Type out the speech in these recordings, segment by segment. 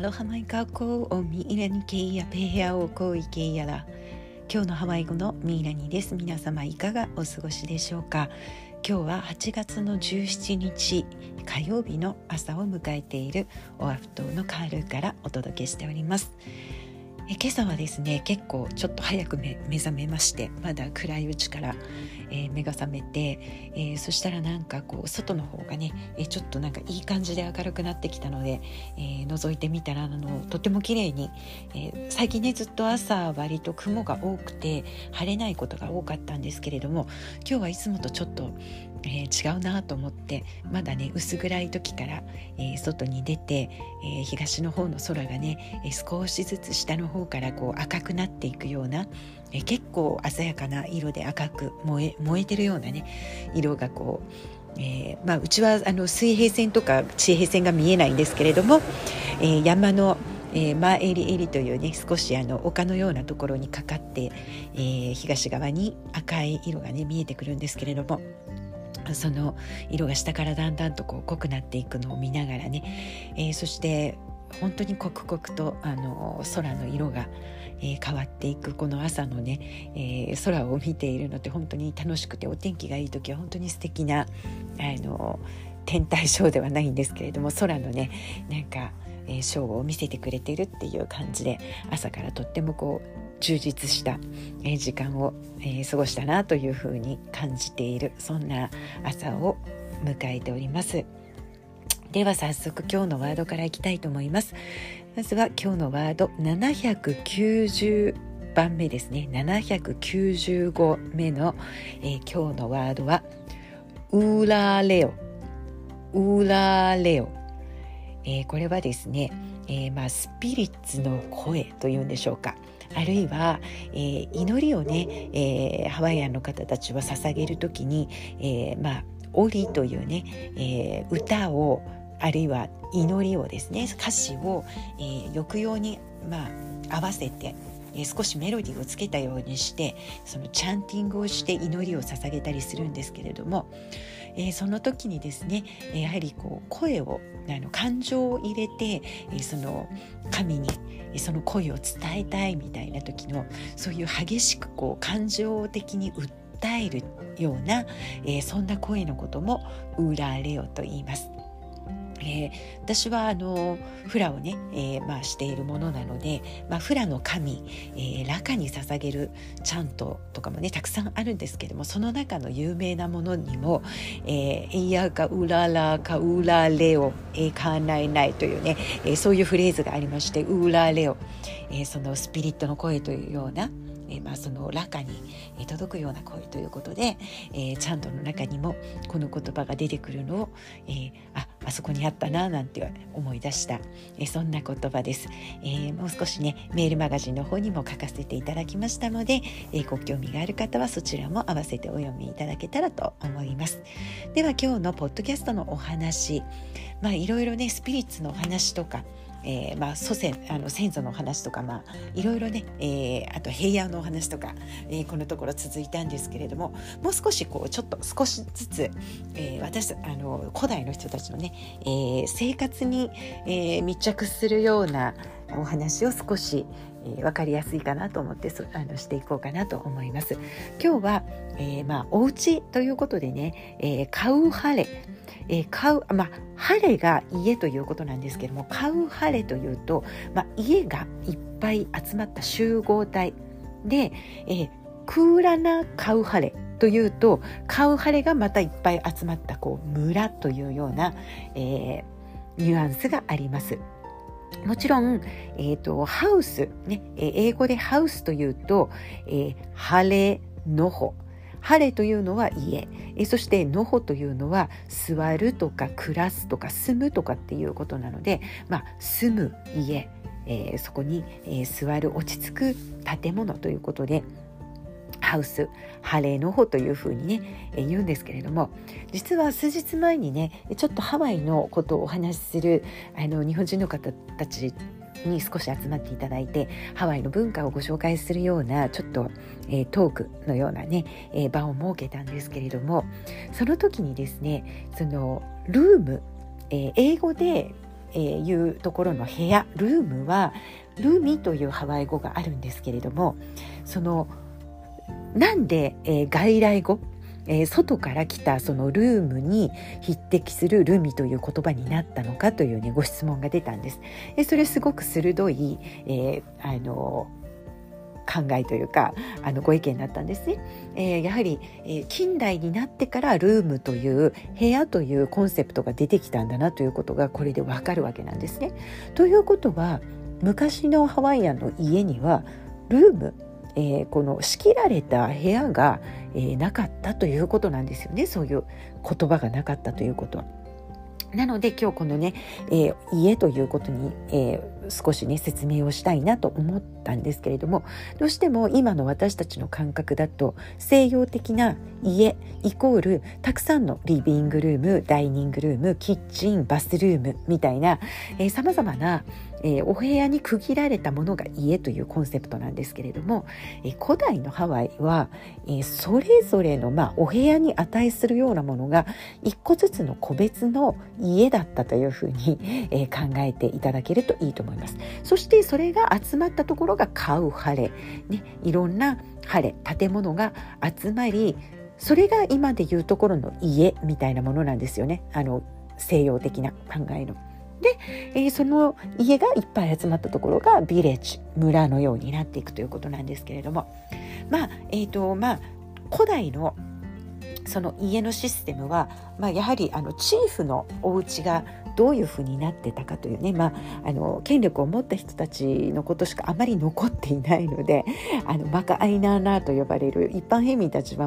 ハロハマイカコーをミイラニケイヤペヘアをコイケイヤラ。今日のハワイ語のミイラニです。皆様いかがお過ごしでしょうか。今日は8月の17日火曜日の朝を迎えているオアフ島のカールからお届けしております。今朝はですね、結構ちょっと早く目覚めまして、まだ暗いうちから、目が覚めて、そしたらなんかこう外の方がね、ちょっとなんかいい感じで明るくなってきたので、覗いてみたらとても綺麗に、最近ねずっと朝割と雲が多くて晴れないことが多かったんですけれども、今日はいつもとちょっと違うなと思って、まだね薄暗い時から、外に出て、東の方の空がね、少しずつ下の方からこう赤くなっていくような、結構鮮やかな色で赤く燃えてるようなね色がこう、うちは水平線とか地平線が見えないんですけれども、山のマエリエリというね少し丘のようなところにかかって、東側に赤い色がね見えてくるんですけれども、その色が下からだんだんとこう濃くなっていくのを見ながらね、そして本当に刻々と空の色が、変わっていくこの朝のね、空を見ているのって本当に楽しくて、お天気がいい時は本当に素敵な天体ショーではないんですけれども、空のねなんか、ショーを見せてくれているっていう感じで、朝からとってもこう充実した、時間を、過ごしたなというふうに感じている、そんな朝を迎えております。では早速今日のワードからいきたいと思います。まずは今日のワード790番目ですね。795目の、今日のワードはウラレオ。ウラレオ、これはですね、スピリッツの声というんでしょうか、あるいは、祈りをね、ハワイアンの方たちは捧げるときに、オリというね、歌を、あるいは祈りをですね、歌詞を、抑揚に、合わせて、少しメロディーをつけたようにして、そのチャンティングをして祈りを捧げたりするんですけれども、その時にですね、やはりこう声を感情を入れて、その神にその声を伝えたいみたいな時の、そういう激しくこう感情的に訴えるような、そんな声のこともウラレオと言います。私はフラをね、しているものなので、フラの神、ラカに捧げるチャントとかもねたくさんあるんですけども、その中の有名なものにも、イヤカウララカウラレオカーナイナイというね、そういうフレーズがありまして、ウラレオ、そのスピリットの声というような、そのラカに届くような声ということで、チャントの中にもこの言葉が出てくるのを、あそこにあったななんて思い出した、そんな言葉です。もう少しねメールマガジンの方にも書かせていただきましたので、ご興味がある方はそちらも合わせてお読みいただけたらと思います。では今日のポッドキャストのお話、いろいろねスピリッツのお話とか、先祖のお話とか、いろいろね、あと平安のお話とか、このところ続いたんですけれども、もう少しこうちょっと少しずつ、私古代の人たちのね、生活に、密着するようなお話を少し、分かりやすいかなと思ってしていこうかなと思います。今日は、お家ということでね、カウハレ、ハレが家ということなんですけども、カウハレというと、家がいっぱい集まった集合体で、クーラナカウハレというと、カウハレがまたいっぱい集まったこう村というような、ニュアンスがあります。もちろん、ハウス、ね、英語でハウスというと、ハレノホ、ハレというのは家、そしてノホというのは座るとか暮らすとか住むとかっていうことなので、住む家、そこに、座る落ち着く建物ということで、ハウス、ハレノホというふうにね、言うんですけれども、実は数日前にねちょっとハワイのことをお話しする日本人の方たちに少し集まっていただいて、ハワイの文化をご紹介するようなちょっと、トークのようなね、場を設けたんですけれども、その時にですね、そのルーム、英語でいうところの部屋、ルームはルミというハワイ語があるんですけれども、なんで、外来語、外から来たそのルームに匹敵するルミという言葉になったのかという、ご質問が出たんです。それすごく鋭い、考えというかご意見になったんですね。やはり、近代になってからルームという部屋というコンセプトが出てきたんだなということがこれでわかるわけなんですね。ということは昔のハワイアンの家にはルーム、この仕切られた部屋が、なかったということなんですよね。そういう言葉がなかったということは。なので今日このね、家ということに、少しね説明をしたいなと思ったんですけれども、どうしても今の私たちの感覚だと西洋的な家イコールたくさんのリビングルーム、ダイニングルーム、キッチン、バスルームみたいなさまざまなお部屋に区切られたものが家というコンセプトなんですけれども、古代のハワイは、それぞれの、お部屋に値するようなものが一個ずつの個別の家だったというふうに、考えていただけるといいと思います。そしてそれが集まったところがカウハレ、いろんなハレ、建物が集まり、それが今でいうところの家みたいなものなんですよね。西洋的な考えの。で、その家がいっぱい集まったところがビレッジ、村のようになっていくということなんですけれども、古代のその家のシステムは、やはりチーフのお家がどういうふうになってたかというね、権力を持った人たちのことしかあまり残っていないので、マカアイナーナーと呼ばれる一般平民たちは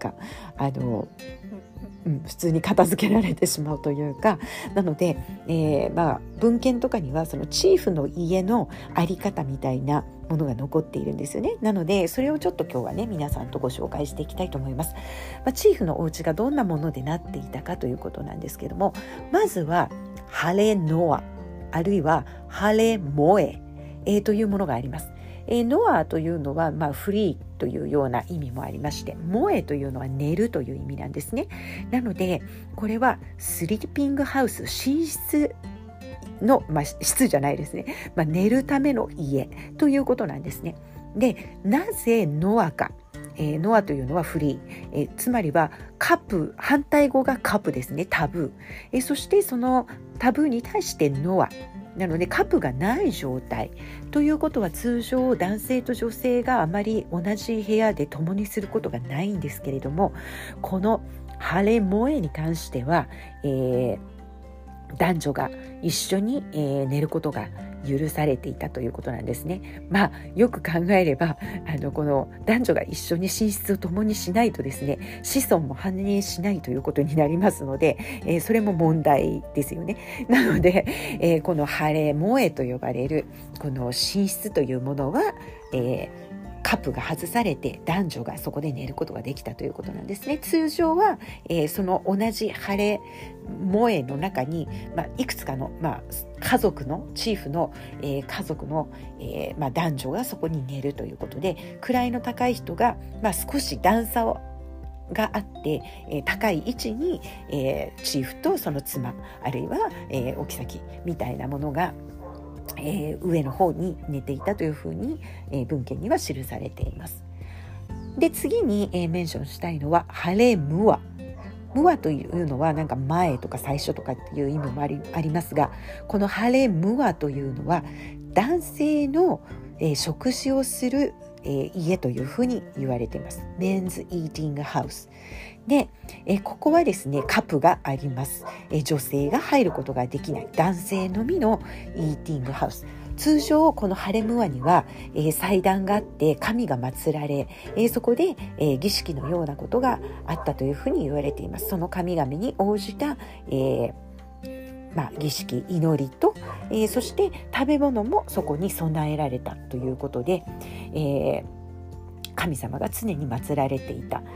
普通に片付けられてしまうというか、なので、文献とかにはそのチーフの家のあり方みたいなものが残っているんですよね。なのでそれをちょっと今日はね皆さんとご紹介していきたいと思います。チーフのお家がどんなものでなっていたかということなんですけども、まずはハレノア、あるいはハレモエ、というものがあります。ノアというのは、フリーというような意味もありまして、モエというのは寝るという意味なんですね。なのでこれはスリーピングハウス、寝室の、室じゃないですね、寝るための家ということなんですね。で、なぜノアか、ノアというのはフリー、つまりはカプ、反対語がカプですね、タブー、そしてそのタブーに対してノアなのでカプがない状態ということは、通常男性と女性があまり同じ部屋で共にすることがないんですけれども、このハレモエに関しては、男女が一緒に、寝ることが許されていたということなんですね。よく考えればこの男女が一緒に寝室を共にしないとですね、子孫も繁栄しないということになりますので、それも問題ですよね。なので、このハレモエと呼ばれるこの寝室というものは、カップが外されて男女がそこで寝ることができたということなんですね。通常は、その同じハレモエの中に、いくつかの、家族のチーフの、家族の、男女がそこに寝るということで、位の高い人が、少し段差があって、高い位置に、チーフとその妻、あるいは、お妃みたいなものが上の方に寝ていたというふうに、文献には記されています。で、次に、メンションしたいのはハレムア。ムアというのはなんか前とか最初とかっていう意味もありますが、このハレムアというのは男性の、食事をする、家というふうに言われています。メンズイーティングハウスで、ここはですねカプがあります。女性が入ることができない男性のみのイーティングハウス。通常このハレムアには、祭壇があって神が祀られ、そこで、儀式のようなことがあったというふうに言われています。その神々に応じた、儀式、祈りと、そして食べ物もそこに備えられたということで、神様が常に祀られていた。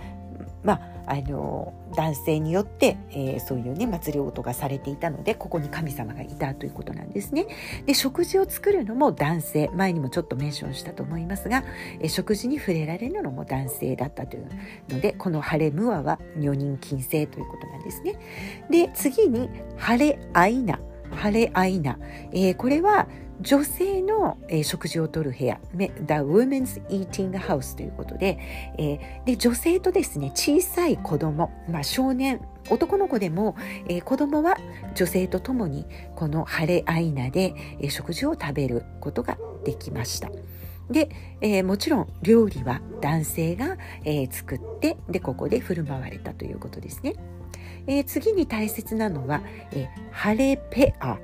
男性によって、そういうね祭り事がされていたので、ここに神様がいたということなんですね。で、食事を作るのも男性、前にもちょっとメンションしたと思いますが、食事に触れられるのも男性だったというので、このハレムアは女人禁制ということなんですね。で、次にハレアイナ。 ハレアイナ、これは女性の、食事をとる部屋 The Women's Eating House ということで、で女性とですね小さい子供、少年男の子でも、子供は女性と共にこのハレアイナで、食事を食べることができました。で、もちろん料理は男性が、作ってでここで振る舞われたということですね。次に大切なのは、ハレペア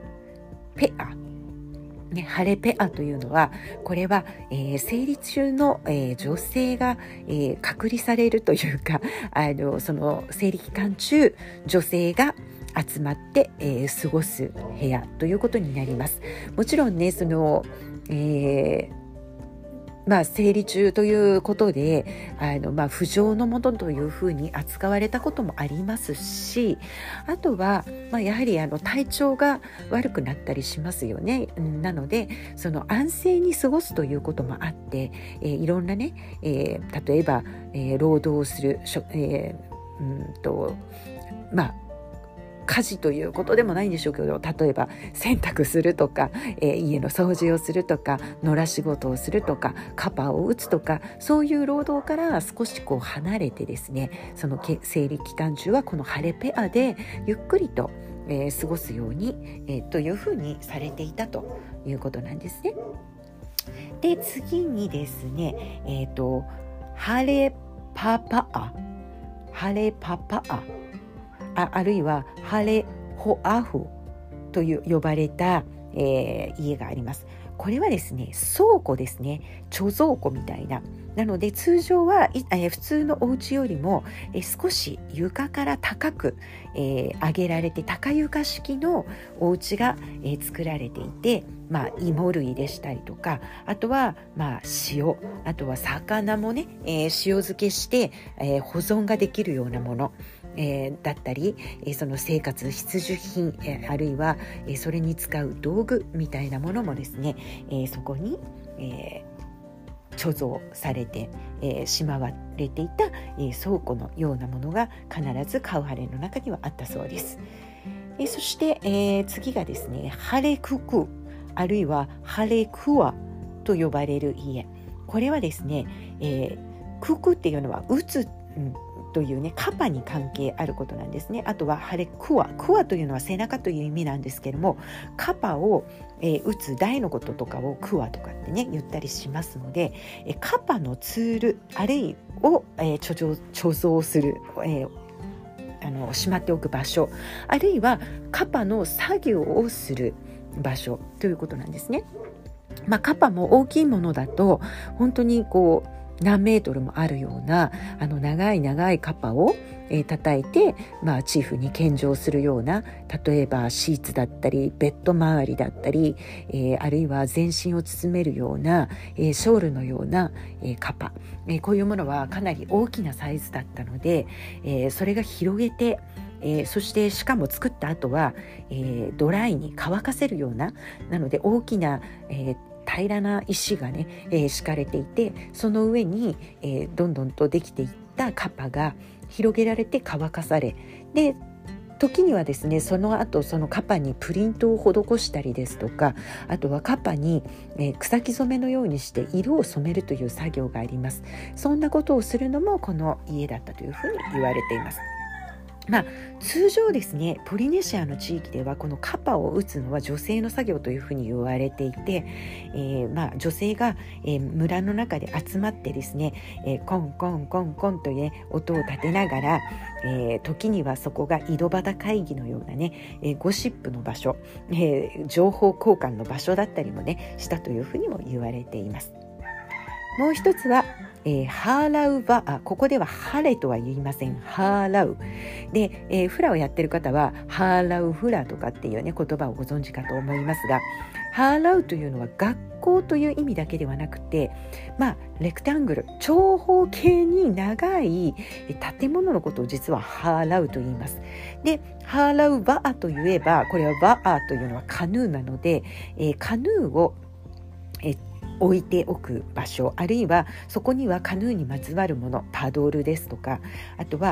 ね、ハレペアというのはこれは、生理中の、女性が、隔離されるというかその生理期間中女性が集まって、過ごす部屋ということになります。もちろんねその、生理中ということで不浄のものというふうに扱われたこともありますし、あとは、やはり体調が悪くなったりしますよね。なのでその安静に過ごすということもあって、いろんなね、例えば、労働をする家事ということでもないんでしょうけど、例えば洗濯するとか、家の掃除をするとか野良仕事をするとかカパを打つとか、そういう労働から少し離れてですね、その生理期間中はこのハレペアでゆっくりと、過ごすように、というふうにされていたということなんですね。で次にですね、ハレパパアあるいはハレホアフという呼ばれた、家があります。これはですね倉庫ですね、貯蔵庫みたいな。なので通常は、普通のお家よりも、少し床から高く、上げられて高床式のお家が、作られていて、芋類でしたりとか、あとは、塩、あとは魚もね、塩漬けして、保存ができるようなものだったり、その生活必需品、あるいは、それに使う道具みたいなものもですね、そこに、貯蔵されて、しまわれていた、倉庫のようなものが必ずカウハレの中にはあったそうです。そして、次がですねハレククあるいはハレクワと呼ばれる家。これはですね、ククっていうのは打つ、というねカパに関係あることなんですね。あとはハレクワというのは背中という意味なんですけども、カパを、打つ台のこととかをクワとかってね言ったりしますので、カパのツールあるいを、貯蔵する、しまっておく場所、あるいはカパの作業をする場所ということなんですね。カパも大きいものだと本当に何メートルもあるような長いカパを、叩いて、チーフに献上するような、例えばシーツだったりベッド周りだったり、あるいは全身を包めるような、ショールのような、カパ、こういうものはかなり大きなサイズだったので、それが広げてそしてしかも作った後は、ドライに乾かせるようなので大きな、平らな石がね、敷かれていて、その上に、どんどんとできていったカパが広げられて乾かされ、で時にはですねその後そのカパにプリントを施したりですとか、あとはカパに、草木染めのようにして色を染めるという作業があります。そんなことをするのもこの家だったというふうに言われています。通常ですねポリネシアの地域ではこのカパを打つのは女性の作業というふうに言われていて、女性が、村の中で集まってですね、コンコンコンコンという、音を立てながら、時にはそこが井戸端会議のようなね、ゴシップの場所、情報交換の場所だったりもねしたというふうにも言われています。もう一つはハーラウバア、ここではハレとは言いません。ハーラウで、フラをやってる方はハーラウフラとかっていうね言葉をご存知かと思いますが、ハーラウというのは学校という意味だけではなくて、レクタングル長方形に長い建物のことを実はハーラウと言います。でハーラウバアといえば、これはバアというのはカヌーなので、カヌーを置いておく場所、あるいはそこにはカヌーにまつわるもの、パドルですとか、あとは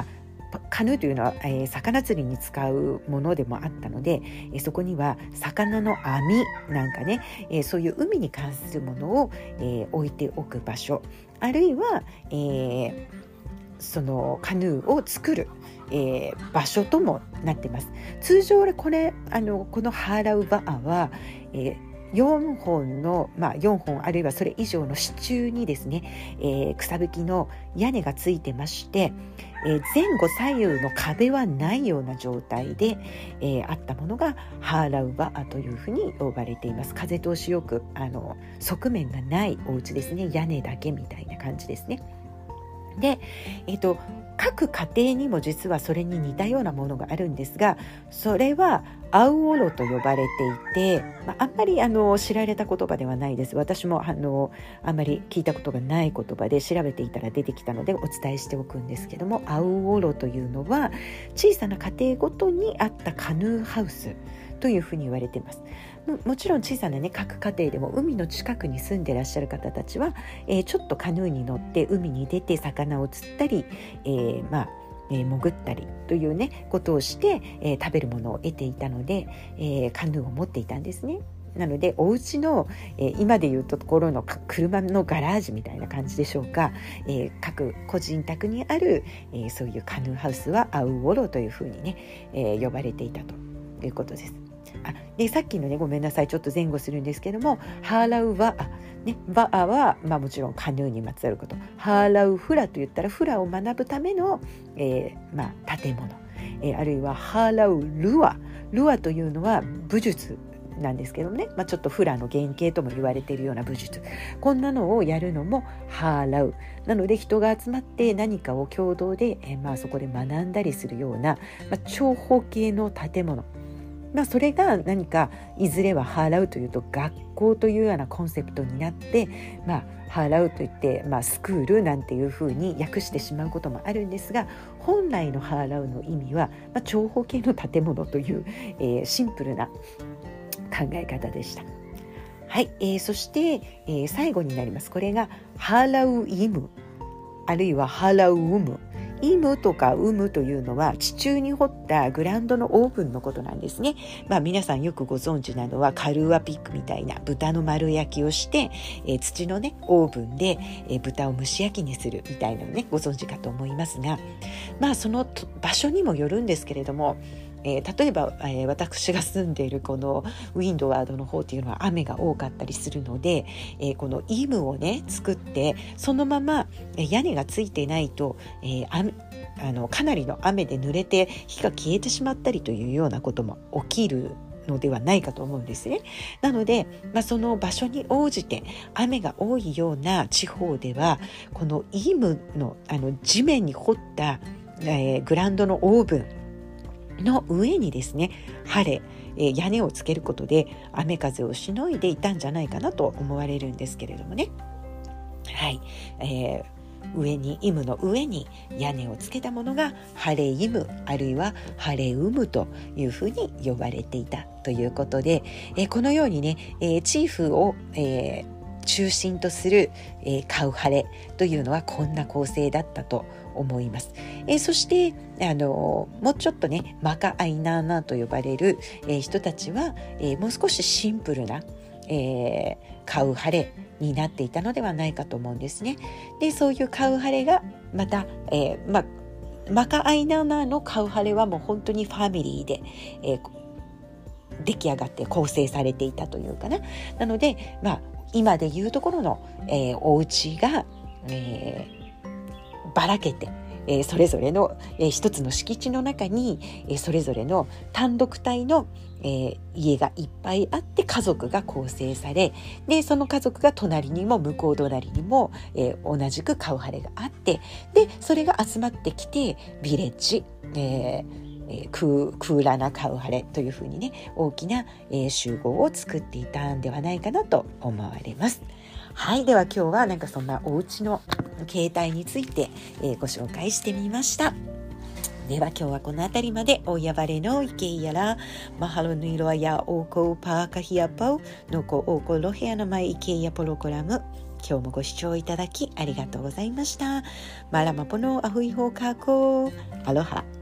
カヌーというのは、魚釣りに使うものでもあったので、そこには魚の網なんかね、そういう海に関するものを、置いておく場所、あるいは、そのカヌーを作る、場所ともなっています。通常このハーラウバアは、4本の、4本あるいはそれ以上の支柱にですね、草吹きの屋根がついてまして、前後左右の壁はないような状態で、あったものがハーラウバアというふうに呼ばれています。風通しよく側面がないお家ですね。屋根だけみたいな感じですね。で、各家庭にも実はそれに似たようなものがあるんですが、それはアウオロと呼ばれていて、あんまり知られた言葉ではないです。私もあんまり聞いたことがない言葉で調べていたら出てきたのでお伝えしておくんですけども、アウオロというのは小さな家庭ごとにあったカヌーハウスというふうに言われています。もちろん小さなね、各家庭でも海の近くに住んでらっしゃる方たちは、ちょっとカヌーに乗って海に出て魚を釣ったり、潜ったりというねことをして、食べるものを得ていたので、カヌーを持っていたんですね。なのでお家の、今でいうところの車のガラージみたいな感じでしょうか、各個人宅にある、そういうカヌーハウスはアウオロというふうにね、呼ばれていたということです。でさっきのね、ごめんなさい、ちょっと前後するんですけども、ハーラウバア、バアは、もちろんカヌーにまつわること、ハーラウフラといったらフラを学ぶための、建物、あるいはハーラウルア、ルアというのは武術なんですけどもね、ちょっとフラの原型とも言われているような武術、こんなのをやるのもハーラウなので、人が集まって何かを共同で、そこで学んだりするような、長方形の建物、それが何かいずれはハーラウというと学校というようなコンセプトになって、ハーラウといって、スクールなんていうふうに訳してしまうこともあるんですが、本来のハーラウの意味は、長方形の建物という、シンプルな考え方でした。はい、そして、最後になります。これがハーラウイムあるいはハーラウウム。イムとかウムというのは地中に掘ったグランドのオーブンのことなんですね。皆さんよくご存知なのはカルーアピックみたいな豚の丸焼きをして、土のねオーブンで、豚を蒸し焼きにするみたいなのね、ご存知かと思いますが、その場所にもよるんですけれども、例えば、私が住んでいるこのウィンドワードの方っていうのは雨が多かったりするので、このイムをね作ってそのまま屋根がついていないと、かなりの雨で濡れて火が消えてしまったりというようなことも起きるのではないかと思うんですね。なので、その場所に応じて雨が多いような地方ではこのイムの、地面に掘った、グラウンドのオーブンの上にですね屋根をつけることで雨風をしのいでいたんじゃないかなと思われるんですけれどもね。はい、イムの上に屋根をつけたものがハレイムあるいはハレウムというふうに呼ばれていたということで、このようにね、チーフを、中心とする、カウハレというのはこんな構成だったと思います。そしてもうちょっとねマカアイナーナと呼ばれる、人たちは、もう少しシンプルな、カウハレになっていたのではないかと思うんですね。でそういうカウハレがまた、マカアイナーナのカウハレはもう本当にファミリーで、出来上がって構成されていたというかなので、今でいうところの、お家が、ばらけて、それぞれの、一つの敷地の中に、それぞれの単独体の、家がいっぱいあって家族が構成され、でその家族が隣にも向こう隣にも、同じくカウハレがあって、でそれが集まってきてビレッジ、クーラナカウハレというふうにね大きな、集合を作っていたんではないかなと思われます。はい、では今日はなんかそんなお家の形態について、ご紹介してみました。では今日はこの辺りまで。おやばれのいけいやらマハロヌイロアやおこパーカヒアパウのこおこロヘアのマイイケイヤポロコラム今日もご視聴いただきありがとうございました。マラマポのアフイホーカーコーアロハ。